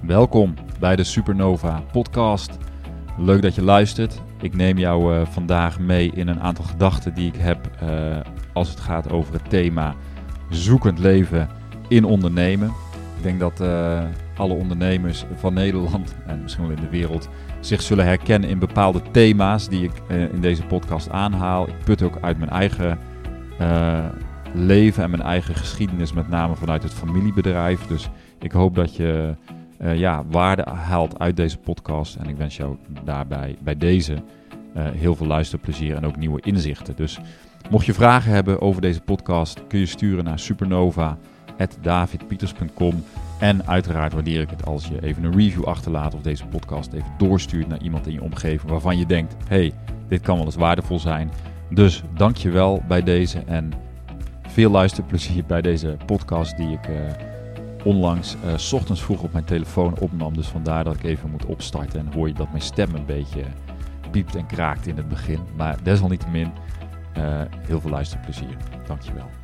Welkom bij de Supernova podcast. Leuk dat je luistert. Ik neem jou vandaag mee in een aantal gedachten die ik heb als het gaat over het thema zoekend leven in ondernemen. Ik denk dat alle ondernemers van Nederland en misschien wel in de wereld zich zullen herkennen in bepaalde thema's die ik in deze podcast aanhaal. Ik put ook uit mijn eigen leven en mijn eigen geschiedenis, met name vanuit het familiebedrijf. Dus ik hoop dat je waarde haalt uit deze podcast. En ik wens jou daarbij bij deze heel veel luisterplezier en ook nieuwe inzichten. Dus mocht je vragen hebben over deze podcast, kun je sturen naar supernova@davidpieters.com. En uiteraard waardeer ik het als je even een review achterlaat of deze podcast even doorstuurt naar iemand in je omgeving waarvan je denkt, hey, dit kan wel eens waardevol zijn. Dus dank je wel bij deze en veel luisterplezier bij deze podcast die ik onlangs 's ochtends vroeg op mijn telefoon opnam. Dus vandaar dat ik even moet opstarten en hoor je dat mijn stem een beetje piept en kraakt in het begin. Maar desalniettemin heel veel luisterplezier. Dank je wel.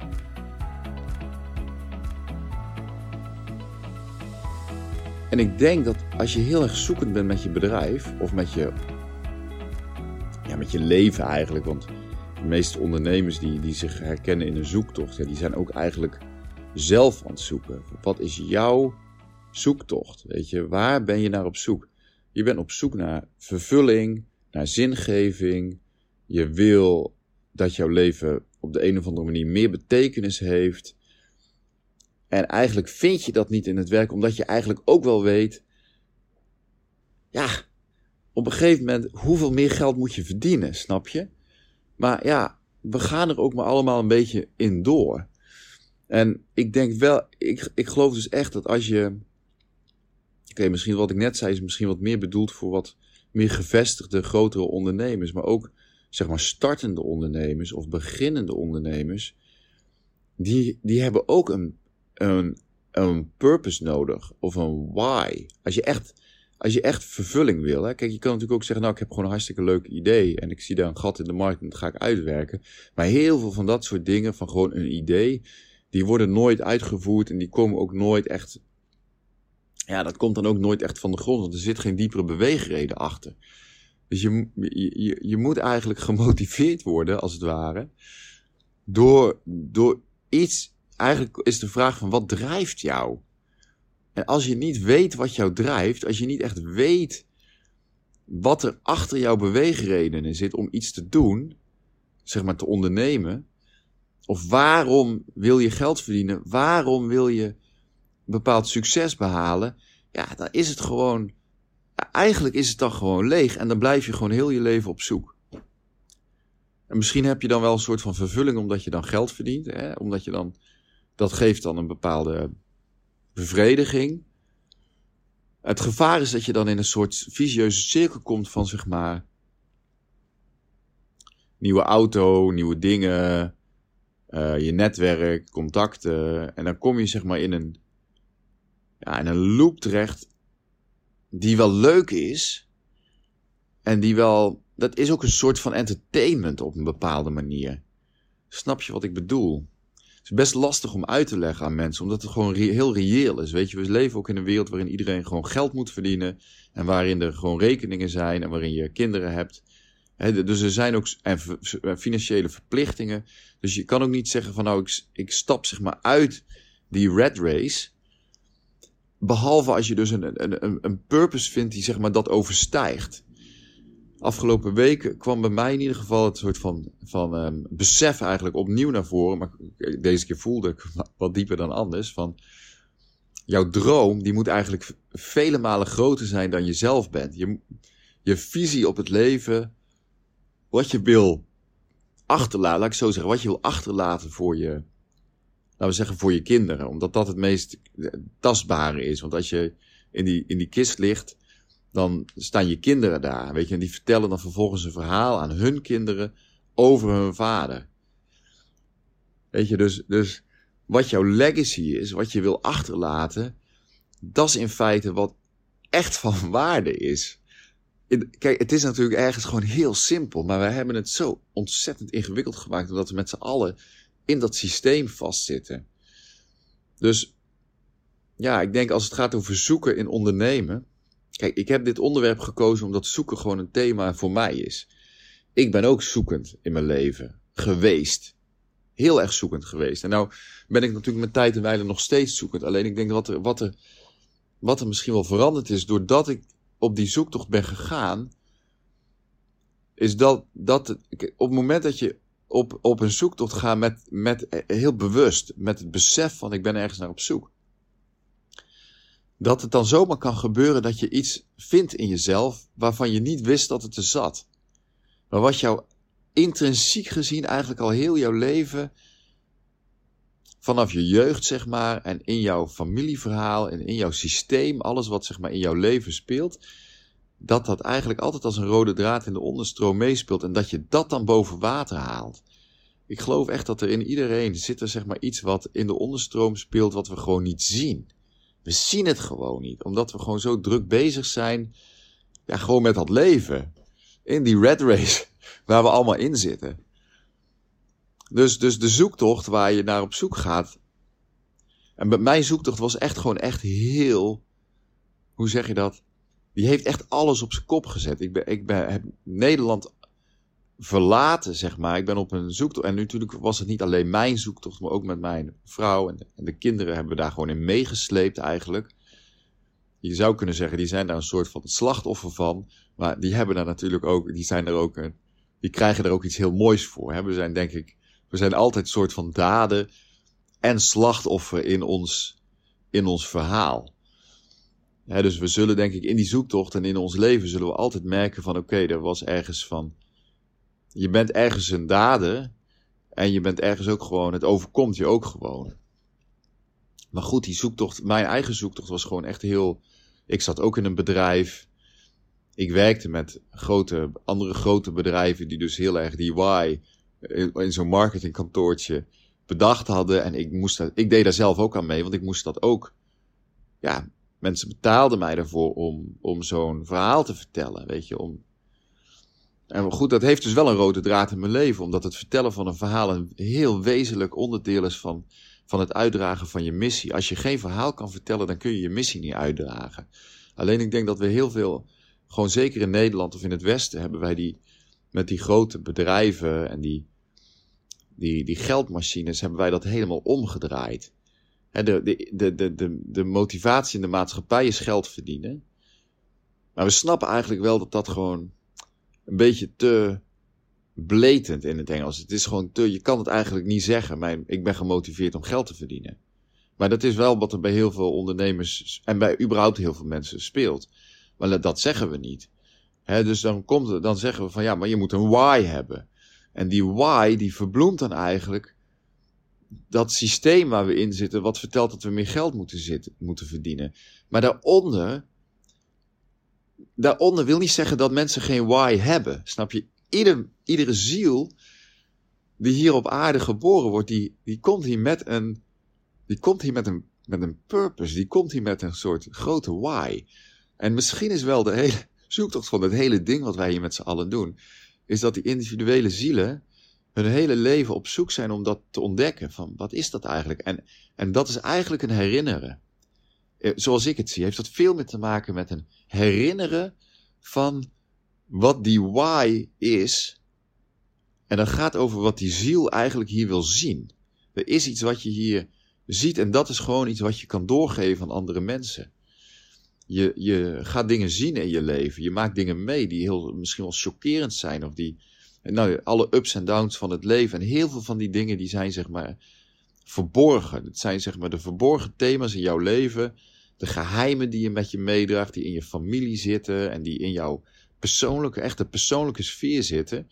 En ik denk dat als je heel erg zoekend bent met je bedrijf, of met je leven eigenlijk, want de meeste ondernemers die zich herkennen in een zoektocht, die zijn ook eigenlijk zelf aan het zoeken. Wat is jouw zoektocht? Weet je, waar ben je naar op zoek? Je bent op zoek naar vervulling, naar zingeving. Je wil dat jouw leven op de een of andere manier meer betekenis heeft. En eigenlijk vind je dat niet in het werk, omdat je eigenlijk ook wel weet, op een gegeven moment, hoeveel meer geld moet je verdienen, snap je? Maar ja, we gaan er ook maar allemaal een beetje in door. En ik denk wel, ik geloof dus echt dat als je, misschien wat ik net zei is misschien wat meer bedoeld voor wat meer gevestigde, grotere ondernemers, maar ook, zeg maar, startende ondernemers of beginnende ondernemers, die hebben ook een purpose nodig, of een why. Als je echt vervulling wil. Hè? Kijk, je kan natuurlijk ook zeggen, ik heb gewoon een hartstikke leuk idee en ik zie daar een gat in de markt en dat ga ik uitwerken. Maar heel veel van dat soort dingen, van gewoon een idee, die worden nooit uitgevoerd en die komen ook nooit echt, dat komt dan ook nooit echt van de grond, want er zit geen diepere beweegreden achter. Dus je moet eigenlijk gemotiveerd worden, als het ware, door iets. Eigenlijk is de vraag van, wat drijft jou? En als je niet weet wat jou drijft, als je niet echt weet wat er achter jouw beweegredenen zit om iets te doen, zeg maar te ondernemen, of waarom wil je geld verdienen, waarom wil je een bepaald succes behalen, dan is het gewoon, eigenlijk is het dan gewoon leeg en dan blijf je gewoon heel je leven op zoek. En misschien heb je dan wel een soort van vervulling omdat je dan geld verdient, omdat je dan, dat geeft dan een bepaalde bevrediging. Het gevaar is dat je dan in een soort vicieuze cirkel komt van, zeg maar, nieuwe auto, nieuwe dingen, je netwerk, contacten. En dan kom je, zeg maar, in een loop terecht die wel leuk is. En dat is ook een soort van entertainment op een bepaalde manier. Snap je wat ik bedoel? Het is best lastig om uit te leggen aan mensen, omdat het gewoon heel reëel is. Weet je, we leven ook in een wereld waarin iedereen gewoon geld moet verdienen. En waarin er gewoon rekeningen zijn en waarin je kinderen hebt. Dus er zijn ook financiële verplichtingen. Dus je kan ook niet zeggen van, ik stap, zeg maar, uit die rat race. Behalve als je dus een purpose vindt die, zeg maar, dat overstijgt. Afgelopen weken kwam bij mij in ieder geval het soort van besef eigenlijk opnieuw naar voren. Maar deze keer voelde ik wat dieper dan anders. Van, jouw droom die moet eigenlijk vele malen groter zijn dan je zelf bent. Je visie op het leven, wat je wil achterlaten, laat ik zo zeggen. Wat je wil achterlaten voor je, laten we zeggen, voor je kinderen. Omdat dat het meest tastbare is. Want als je in die kist ligt, dan staan je kinderen daar, weet je, en die vertellen dan vervolgens een verhaal aan hun kinderen over hun vader. Weet je, dus wat jouw legacy is, wat je wil achterlaten, dat is in feite wat echt van waarde is. Kijk, het is natuurlijk ergens gewoon heel simpel, maar wij hebben het zo ontzettend ingewikkeld gemaakt, omdat we met z'n allen in dat systeem vastzitten. Dus ja, ik denk als het gaat over zoeken in ondernemen. Kijk, ik heb dit onderwerp gekozen omdat zoeken gewoon een thema voor mij is. Ik ben ook zoekend in mijn leven geweest. Heel erg zoekend geweest. En nou ben ik natuurlijk met tijd en wijle nog steeds zoekend. Alleen ik denk wat er misschien wel veranderd is doordat ik op die zoektocht ben gegaan, is dat op het moment dat je op een zoektocht gaat met heel bewust, met het besef van ik ben ergens naar op zoek, dat het dan zomaar kan gebeuren dat je iets vindt in jezelf waarvan je niet wist dat het er zat. Maar wat jou intrinsiek gezien eigenlijk al heel jouw leven, vanaf je jeugd zeg maar, en in jouw familieverhaal en in jouw systeem, alles wat zeg maar in jouw leven speelt, dat eigenlijk altijd als een rode draad in de onderstroom meespeelt en dat je dat dan boven water haalt. Ik geloof echt dat er in iedereen zit er zeg maar iets wat in de onderstroom speelt wat we gewoon niet zien. We zien het gewoon niet, omdat we gewoon zo druk bezig zijn, ja, gewoon met dat leven. In die rat race waar we allemaal in zitten. Dus de zoektocht waar je naar op zoek gaat. En mijn zoektocht was echt heel, hoe zeg je dat? Die heeft echt alles op zijn kop gezet. Ik heb Nederland verlaten, zeg maar. Ik ben op een zoektocht. En natuurlijk was het niet alleen mijn zoektocht, maar ook met mijn vrouw en de kinderen hebben we daar gewoon in meegesleept eigenlijk. Je zou kunnen zeggen, die zijn daar een soort van slachtoffer van. Maar die hebben daar natuurlijk ook, die krijgen er ook iets heel moois voor. Hè? We zijn altijd een soort van daden en slachtoffer in ons verhaal. Ja, dus we zullen denk ik in die zoektocht en in ons leven zullen we altijd merken van oké, er was ergens van, je bent ergens een dader en je bent ergens ook gewoon, het overkomt je ook gewoon. Maar goed, die zoektocht, mijn eigen zoektocht was gewoon echt heel, ik zat ook in een bedrijf. Ik werkte met andere grote bedrijven die dus heel erg die why in zo'n marketingkantoortje bedacht hadden. En ik deed daar zelf ook aan mee, want ik moest dat ook. Ja, mensen betaalden mij daarvoor om zo'n verhaal te vertellen, weet je. En goed, dat heeft dus wel een rode draad in mijn leven, omdat het vertellen van een verhaal een heel wezenlijk onderdeel is van het uitdragen van je missie. Als je geen verhaal kan vertellen, dan kun je je missie niet uitdragen. Alleen ik denk dat we heel veel, gewoon zeker in Nederland of in het Westen, hebben wij met die grote bedrijven en die geldmachines, hebben wij dat helemaal omgedraaid. De motivatie in de maatschappij is geld verdienen. Maar we snappen eigenlijk wel dat dat gewoon een beetje te blatant in het Engels. Het is gewoon je kan het eigenlijk niet zeggen. Ik ben gemotiveerd om geld te verdienen. Maar dat is wel wat er bij heel veel ondernemers en bij überhaupt heel veel mensen speelt. Maar dat zeggen we niet. Dus dan zeggen we van ja, maar je moet een why hebben. En die why, die verbloemt dan eigenlijk dat systeem waar we in zitten, wat vertelt dat we meer geld moeten verdienen. Maar daaronder wil niet zeggen dat mensen geen why hebben. Snap je? Iedere ziel die hier op aarde geboren wordt, die komt hier met een purpose. Die komt hier met een soort grote why. En misschien is wel de hele zoektocht van het hele ding wat wij hier met z'n allen doen, is dat die individuele zielen hun hele leven op zoek zijn om dat te ontdekken. Van wat is dat eigenlijk? En dat is eigenlijk een herinneren. Zoals ik het zie, heeft dat veel meer te maken met een herinneren van wat die why is. En dat gaat over wat die ziel eigenlijk hier wil zien. Er is iets wat je hier ziet en dat is gewoon iets wat je kan doorgeven aan andere mensen. Je gaat dingen zien in je leven. Je maakt dingen mee die misschien wel chockerend zijn. Of alle ups en downs van het leven. En heel veel van die dingen die zijn zeg maar verborgen. Het zijn zeg maar de verborgen thema's in jouw leven. De geheimen die je met je meedraagt. Die in je familie zitten. En die in jouw persoonlijke sfeer zitten.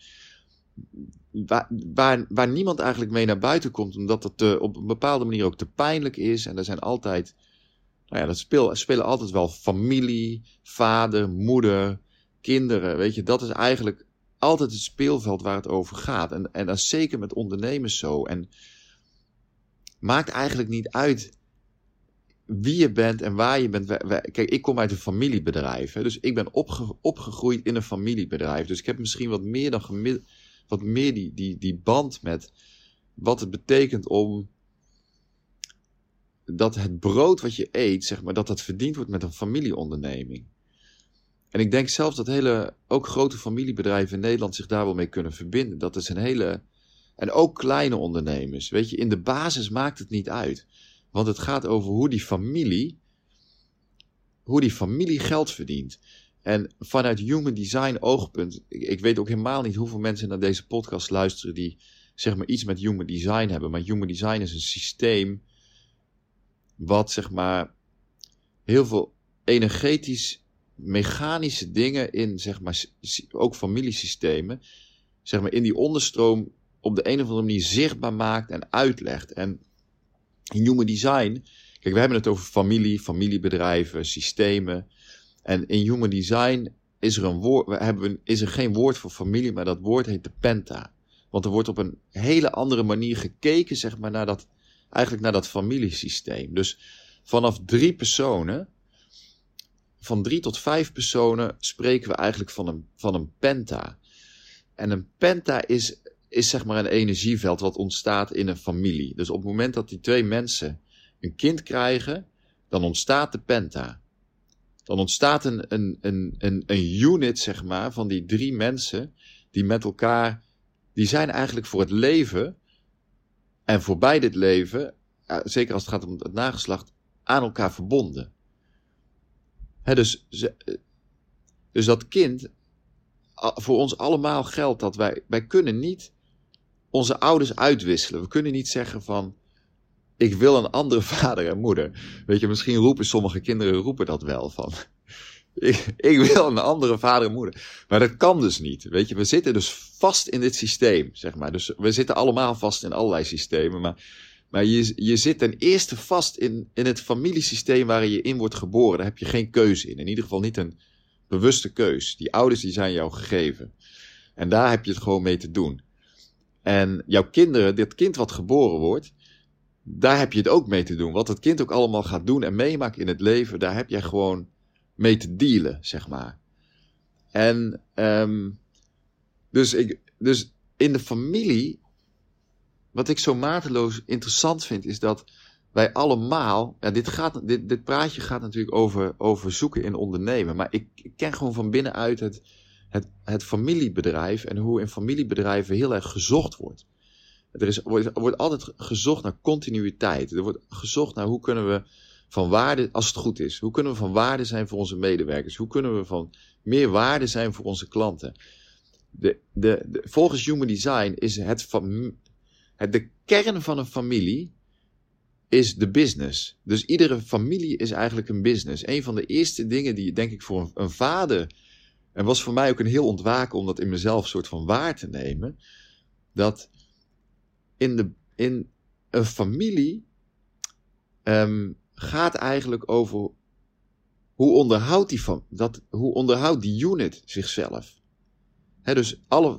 Waar niemand eigenlijk mee naar buiten komt. Omdat het op een bepaalde manier ook te pijnlijk is. En er zijn altijd, spelen altijd wel familie, vader, moeder, kinderen. Weet je, dat is eigenlijk altijd het speelveld waar het over gaat. En dat is zeker met ondernemers zo. En maakt eigenlijk niet uit wie je bent en waar je bent. Kijk, ik kom uit een familiebedrijf. Hè, dus ik ben opgegroeid in een familiebedrijf. Dus ik heb misschien wat meer dan gemiddeld, wat meer die band met wat het betekent om dat het brood wat je eet, zeg maar, dat verdiend wordt met een familieonderneming. En ik denk zelfs dat ook grote familiebedrijven in Nederland zich daar wel mee kunnen verbinden. Dat is en ook kleine ondernemers. Weet je, in de basis maakt het niet uit. Want het gaat over hoe die familie geld verdient. En vanuit human design oogpunt, ik weet ook helemaal niet hoeveel mensen naar deze podcast luisteren die zeg maar iets met human design hebben. Maar human design is een systeem wat zeg maar heel veel energetisch mechanische dingen in zeg maar ook familiesystemen zeg maar in die onderstroom op de een of andere manier zichtbaar maakt en uitlegt. En in human design, kijk, we hebben het over familiebedrijven, systemen. En in human design is er geen woord voor familie, maar dat woord heet de penta. Want er wordt op een hele andere manier gekeken, zeg maar, naar dat familiesysteem. Dus vanaf 3 personen, van 3 tot 5 personen, spreken we eigenlijk van een penta. En een penta is zeg maar een energieveld wat ontstaat in een familie. Dus op het moment dat die 2 mensen een kind krijgen, dan ontstaat de penta. Dan ontstaat een unit, zeg maar, van die 3 mensen die met elkaar, die zijn eigenlijk voor het leven en voorbij dit leven, zeker als het gaat om het nageslacht, aan elkaar verbonden. Dus dat kind, voor ons allemaal geldt dat wij kunnen niet onze ouders uitwisselen. We kunnen niet zeggen van, ik wil een andere vader en moeder. Weet je, misschien roepen sommige kinderen dat wel van. Ik wil een andere vader en moeder. Maar dat kan dus niet. Weet je, we zitten dus vast in dit systeem, zeg maar. Dus we zitten allemaal vast in allerlei systemen. Maar je zit ten eerste vast in het familiesysteem waar je in wordt geboren. Daar heb je geen keuze in. In ieder geval niet een bewuste keus. Die ouders die zijn jou gegeven. En daar heb je het gewoon mee te doen. En jouw kinderen, dit kind wat geboren wordt, daar heb je het ook mee te doen. Wat het kind ook allemaal gaat doen en meemaakt in het leven, daar heb jij gewoon mee te dealen, zeg maar. En dus in de familie, wat ik zo mateloos interessant vind, is dat wij allemaal, ja, dit praatje gaat natuurlijk over zoeken in ondernemen, maar ik ken gewoon van binnenuit het familiebedrijf en hoe in familiebedrijven heel erg gezocht wordt. Er wordt altijd gezocht naar continuïteit. Er wordt gezocht naar hoe kunnen we van waarde, als het goed is, hoe kunnen we van waarde zijn voor onze medewerkers? Hoe kunnen we van meer waarde zijn voor onze klanten? Volgens Human Design is de kern van een familie is de business. Dus iedere familie is eigenlijk een business. Een van de eerste dingen die, denk ik, voor een vader, en was voor mij ook een heel ontwaken om dat in mezelf soort van waar te nemen, dat in een familie gaat eigenlijk over hoe onderhoudt die unit zichzelf. Dus alle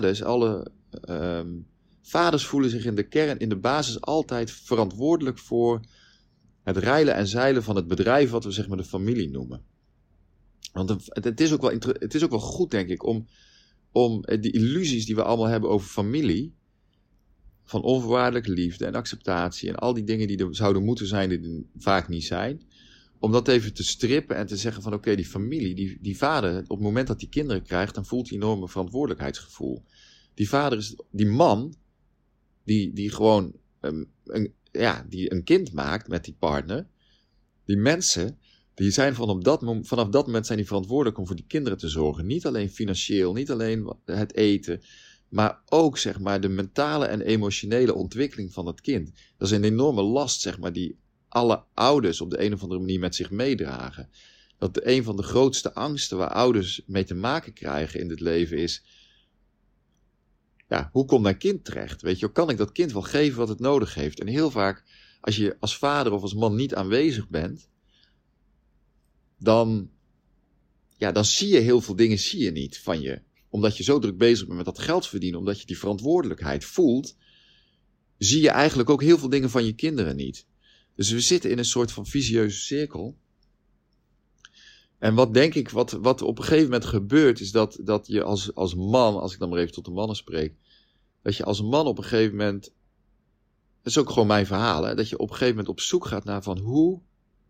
vaders voelen zich in de kern, in de basis altijd verantwoordelijk voor het reilen en zeilen van het bedrijf wat we zeg maar de familie noemen. Want het is ook wel goed, denk ik, om die illusies die we allemaal hebben over familie, van onvoorwaardelijke liefde en acceptatie en al die dingen die er zouden moeten zijn, die er vaak niet zijn, om dat even te strippen en te zeggen van oké, die familie, die vader, op het moment dat hij kinderen krijgt, dan voelt hij een enorme verantwoordelijkheidsgevoel. Die vader is die man die gewoon die een kind maakt met die partner. Die mensen, die zijn vanaf dat moment zijn die verantwoordelijk om voor die kinderen te zorgen. Niet alleen financieel, niet alleen het eten, maar ook zeg maar de mentale en emotionele ontwikkeling van het kind. Dat is een enorme last, zeg maar, die alle ouders op de een of andere manier met zich meedragen. Dat een van de grootste angsten waar ouders mee te maken krijgen in dit leven is, ja, hoe komt mijn kind terecht? Weet je, kan ik dat kind wel geven wat het nodig heeft? En heel vaak, als je als vader of als man niet aanwezig bent, dan zie je heel veel dingen niet van je. Omdat je zo druk bezig bent met dat geld verdienen, omdat je die verantwoordelijkheid voelt, zie je eigenlijk ook heel veel dingen van je kinderen niet. Dus we zitten in een soort van vicieuze cirkel. En wat denk ik, wat op een gegeven moment gebeurt, is dat je als man, als ik dan maar even tot de mannen spreek, dat je als man op een gegeven moment dat is ook gewoon mijn verhaal, hè, dat je op een gegeven moment op zoek gaat naar van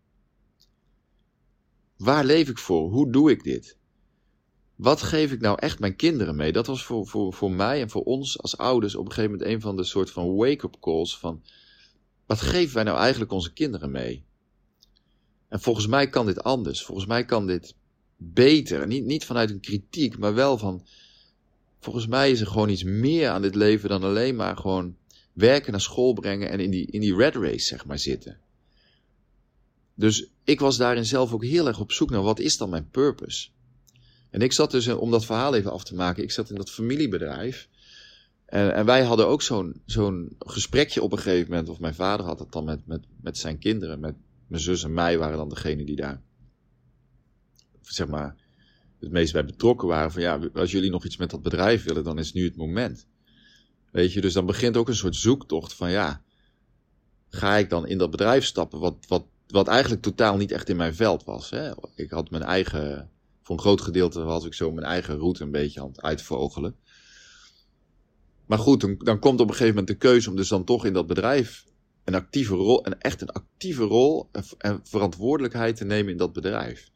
waar leef ik voor? Hoe doe ik dit? Wat geef ik nou echt mijn kinderen mee? Dat was voor mij en voor ons als ouders op een gegeven moment een van de soort van wake-up calls van, wat geven wij nou eigenlijk onze kinderen mee? En volgens mij kan dit anders. Volgens mij kan dit beter. Niet vanuit een kritiek, maar wel van, volgens mij is er gewoon iets meer aan dit leven dan alleen maar gewoon werken, naar school brengen en in die red race, zeg maar, zitten. Dus ik was daarin zelf ook heel erg op zoek naar, wat is dan mijn purpose? En ik zat dus, om dat verhaal even af te maken, ik zat in dat familiebedrijf. En wij hadden ook zo'n gesprekje op een gegeven moment, of mijn vader had het dan met zijn kinderen, met mijn zus en mij waren dan degene die daar, zeg maar, het meest bij betrokken waren. Van ja, als jullie nog iets met dat bedrijf willen, dan is nu het moment. Weet je, dus dan begint ook een soort zoektocht van ja, ga ik dan in dat bedrijf stappen wat eigenlijk totaal niet echt in mijn veld was. Hè? Ik had mijn eigen, voor een groot gedeelte was ik zo mijn eigen route een beetje aan het uitvogelen. Maar goed, dan komt op een gegeven moment de keuze om dus dan toch in dat bedrijf een actieve rol en verantwoordelijkheid te nemen in dat bedrijf.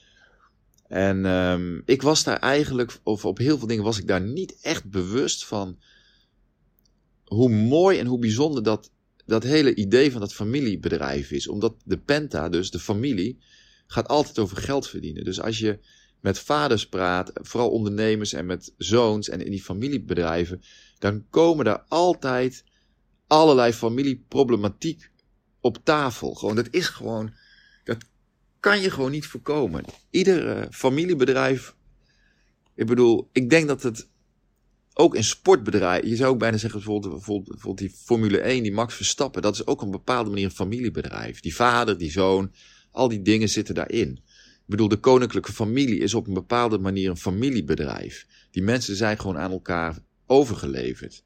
En ik was daar eigenlijk, of op heel veel dingen was ik daar niet echt bewust van hoe mooi en hoe bijzonder dat hele idee van dat familiebedrijf is. Omdat de Penta, dus de familie, gaat altijd over geld verdienen. Dus als je met vaders praat, vooral ondernemers en met zoons en in die familiebedrijven, dan komen daar altijd allerlei familieproblematiek op tafel. Gewoon, dat kan je gewoon niet voorkomen. Ieder familiebedrijf, ik bedoel, ik denk dat het ook in sportbedrijven, je zou ook bijna zeggen, bijvoorbeeld die Formule 1, die Max Verstappen, dat is ook op een bepaalde manier een familiebedrijf. Die vader, die zoon, al die dingen zitten daarin. Ik bedoel, de koninklijke familie is op een bepaalde manier een familiebedrijf. Die mensen zijn gewoon aan elkaar overgeleverd.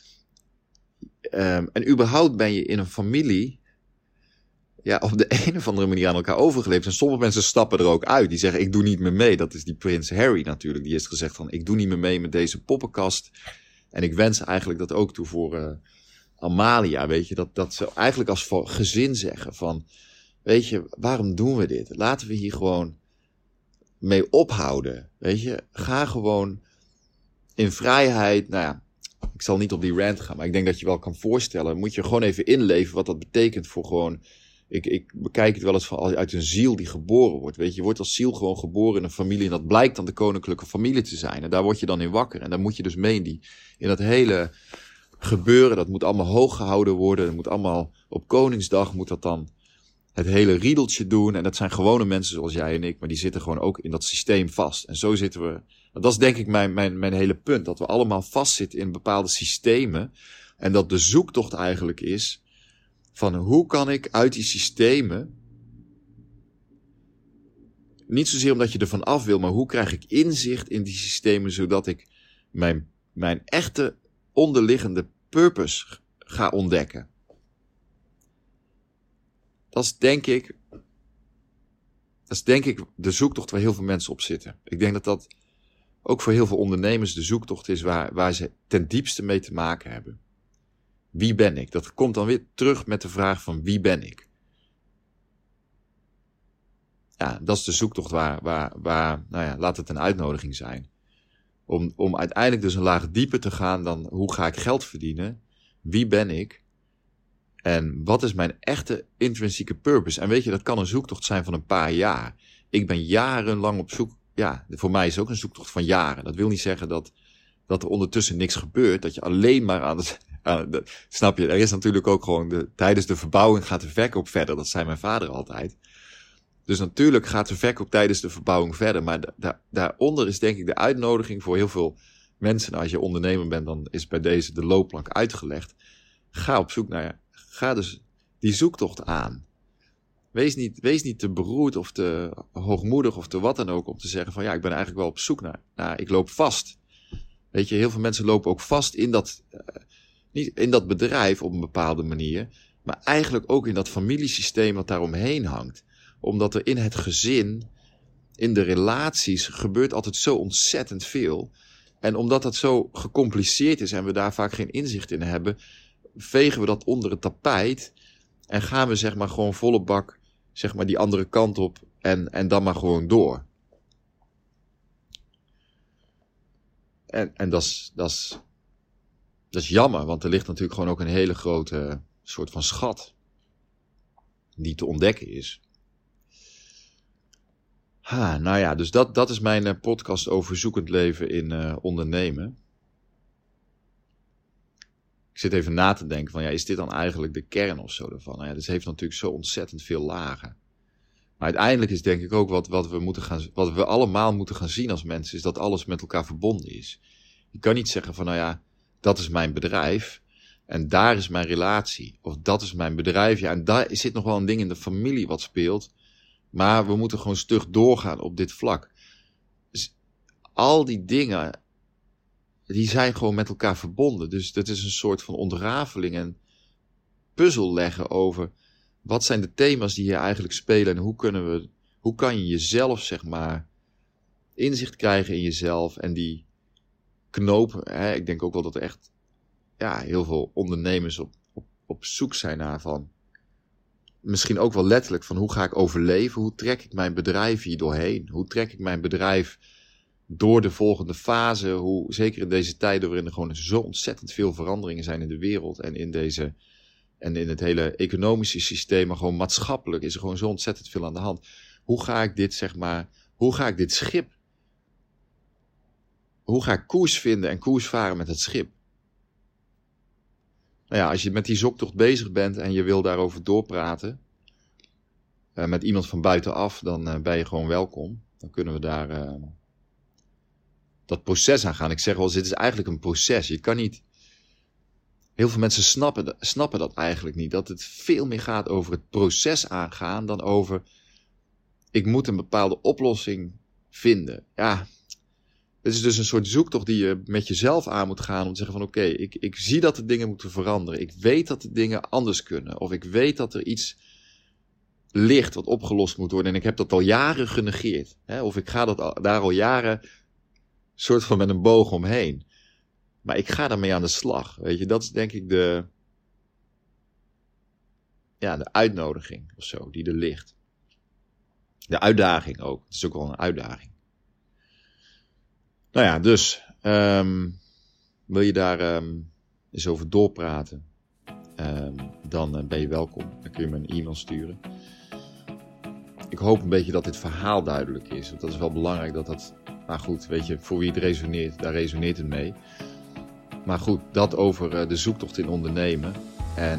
En überhaupt ben je in een familie, ja, op de een of andere manier aan elkaar overgeleverd. En sommige mensen stappen er ook uit. Die zeggen, ik doe niet meer mee. Dat is die prins Harry natuurlijk. Die heeft gezegd van, ik doe niet meer mee met deze poppenkast. En ik wens eigenlijk dat ook toe voor Amalia, weet je. Dat ze eigenlijk als gezin zeggen van, weet je, waarom doen we dit? Laten we hier gewoon mee ophouden. Weet je, ga gewoon in vrijheid. Nou ja, ik zal niet op die rant gaan, maar ik denk dat je wel kan voorstellen. Moet je gewoon even inleven wat dat betekent voor gewoon. Ik bekijk het wel eens van uit een ziel die geboren wordt. Weet je, je wordt als ziel gewoon geboren in een familie. En dat blijkt dan de koninklijke familie te zijn. En daar word je dan in wakker. En dan moet je dus mee in dat hele gebeuren. Dat moet allemaal hoog gehouden worden. Dat moet allemaal op Koningsdag moet dat dan het hele riedeltje doen. En dat zijn gewone mensen zoals jij en ik. Maar die zitten gewoon ook in dat systeem vast. En zo zitten we. Dat is denk ik mijn hele punt. Dat we allemaal vastzitten in bepaalde systemen. En dat de zoektocht eigenlijk is van hoe kan ik uit die systemen, niet zozeer omdat je ervan af wil, maar hoe krijg ik inzicht in die systemen zodat ik mijn echte onderliggende purpose ga ontdekken. Dat is denk ik de zoektocht waar heel veel mensen op zitten. Ik denk dat dat ook voor heel veel ondernemers de zoektocht is waar ze ten diepste mee te maken hebben. Wie ben ik? Dat komt dan weer terug met de vraag van wie ben ik? Ja, dat is de zoektocht waar nou ja, laat het een uitnodiging zijn. Om uiteindelijk dus een laag dieper te gaan dan hoe ga ik geld verdienen? Wie ben ik? En wat is mijn echte intrinsieke purpose? En weet je, dat kan een zoektocht zijn van een paar jaar. Ik ben jarenlang op zoek. Ja, voor mij is het ook een zoektocht van jaren. Dat wil niet zeggen dat er ondertussen niks gebeurt. Dat je alleen maar aan het. Snap je? Er is natuurlijk ook gewoon tijdens de verbouwing gaat de verkoop verder. Dat zei mijn vader altijd. Dus natuurlijk gaat de verkoop tijdens de verbouwing verder. Maar daaronder is denk ik de uitnodiging voor heel veel mensen. Nou, als je ondernemer bent, dan is bij deze de loopplank uitgelegd. Ga op zoek naar. Ga dus die zoektocht aan. Wees niet te beroerd of te hoogmoedig of te wat dan ook om te zeggen van ja, ik ben eigenlijk wel op zoek naar ik loop vast. Weet je, heel veel mensen lopen ook vast niet in dat bedrijf op een bepaalde manier, maar eigenlijk ook in dat familiesysteem wat daaromheen hangt. Omdat er in het gezin, in de relaties, gebeurt altijd zo ontzettend veel. En omdat dat zo gecompliceerd is en we daar vaak geen inzicht in hebben, vegen we dat onder het tapijt en gaan we zeg maar gewoon volle bak zeg maar die andere kant op en dan maar gewoon door. En dat is jammer, want er ligt natuurlijk gewoon ook een hele grote soort van schat die te ontdekken is. Nou ja, dus dat is mijn podcast over zoekend leven in ondernemen. Ik zit even na te denken van, ja, is dit dan eigenlijk de kern of zo ervan? Nou ja, dit heeft natuurlijk zo ontzettend veel lagen. Maar uiteindelijk is denk ik ook wat we allemaal moeten gaan zien als mensen, is dat alles met elkaar verbonden is. Je kan niet zeggen van, nou ja, dat is mijn bedrijf en daar is mijn relatie. Of dat is mijn bedrijf, ja, en daar zit nog wel een ding in de familie wat speelt. Maar we moeten gewoon stug doorgaan op dit vlak. Dus al die dingen, die zijn gewoon met elkaar verbonden. Dus dat is een soort van ontrafeling en puzzel leggen over wat zijn de thema's die hier eigenlijk spelen en hoe kan je jezelf, zeg maar, inzicht krijgen in jezelf en die knopen. Hè? Ik denk ook wel dat er echt heel veel ondernemers op zoek zijn naar van, misschien ook wel letterlijk van, hoe ga ik overleven? Hoe trek ik mijn bedrijf hier doorheen? Hoe trek ik mijn bedrijf door de volgende fase? Zeker in deze tijden waarin er gewoon zo ontzettend veel veranderingen zijn in de wereld en in het hele economische systeem, maar gewoon maatschappelijk is er gewoon zo ontzettend veel aan de hand. Hoe ga ik dit, zeg maar, hoe ga ik dit schip? Hoe ga ik koers vinden en koers varen met het schip? Nou ja, als je met die zoektocht bezig bent en je wil daarover doorpraten met iemand van buitenaf, dan ben je gewoon welkom. Dan kunnen we daar dat proces aan gaan. Ik zeg wel, dit is eigenlijk een proces. Je kan niet. Heel veel mensen snappen dat eigenlijk niet. Dat het veel meer gaat over het proces aangaan dan over, ik moet een bepaalde oplossing vinden. Ja, het is dus een soort zoektocht die je met jezelf aan moet gaan om te zeggen van, oké, ik zie dat de dingen moeten veranderen. Ik weet dat de dingen anders kunnen. Of ik weet dat er iets ligt wat opgelost moet worden. En ik heb dat al jaren genegeerd. Hè? Of ik ga daar al jaren soort van met een boog omheen. Maar ik ga daarmee aan de slag. Weet je, dat is denk ik de uitnodiging of zo die er ligt. De uitdaging ook. Het is ook wel een uitdaging. Nou ja, dus wil je daar eens over doorpraten, dan ben je welkom. Dan kun je me een e-mail sturen. Ik hoop een beetje dat dit verhaal duidelijk is. Want dat is wel belangrijk maar goed, weet je, voor wie het resoneert, daar resoneert het mee. Maar goed, dat over de zoektocht in ondernemen. En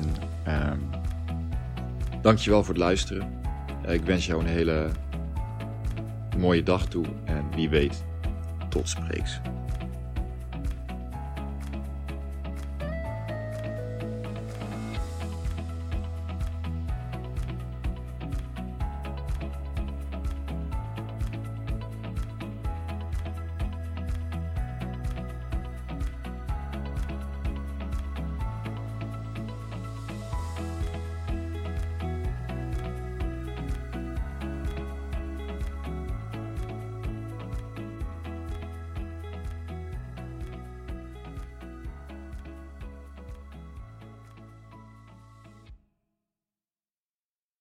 dankjewel voor het luisteren. Ik wens jou een hele mooie dag toe. En wie weet, tot spreeks.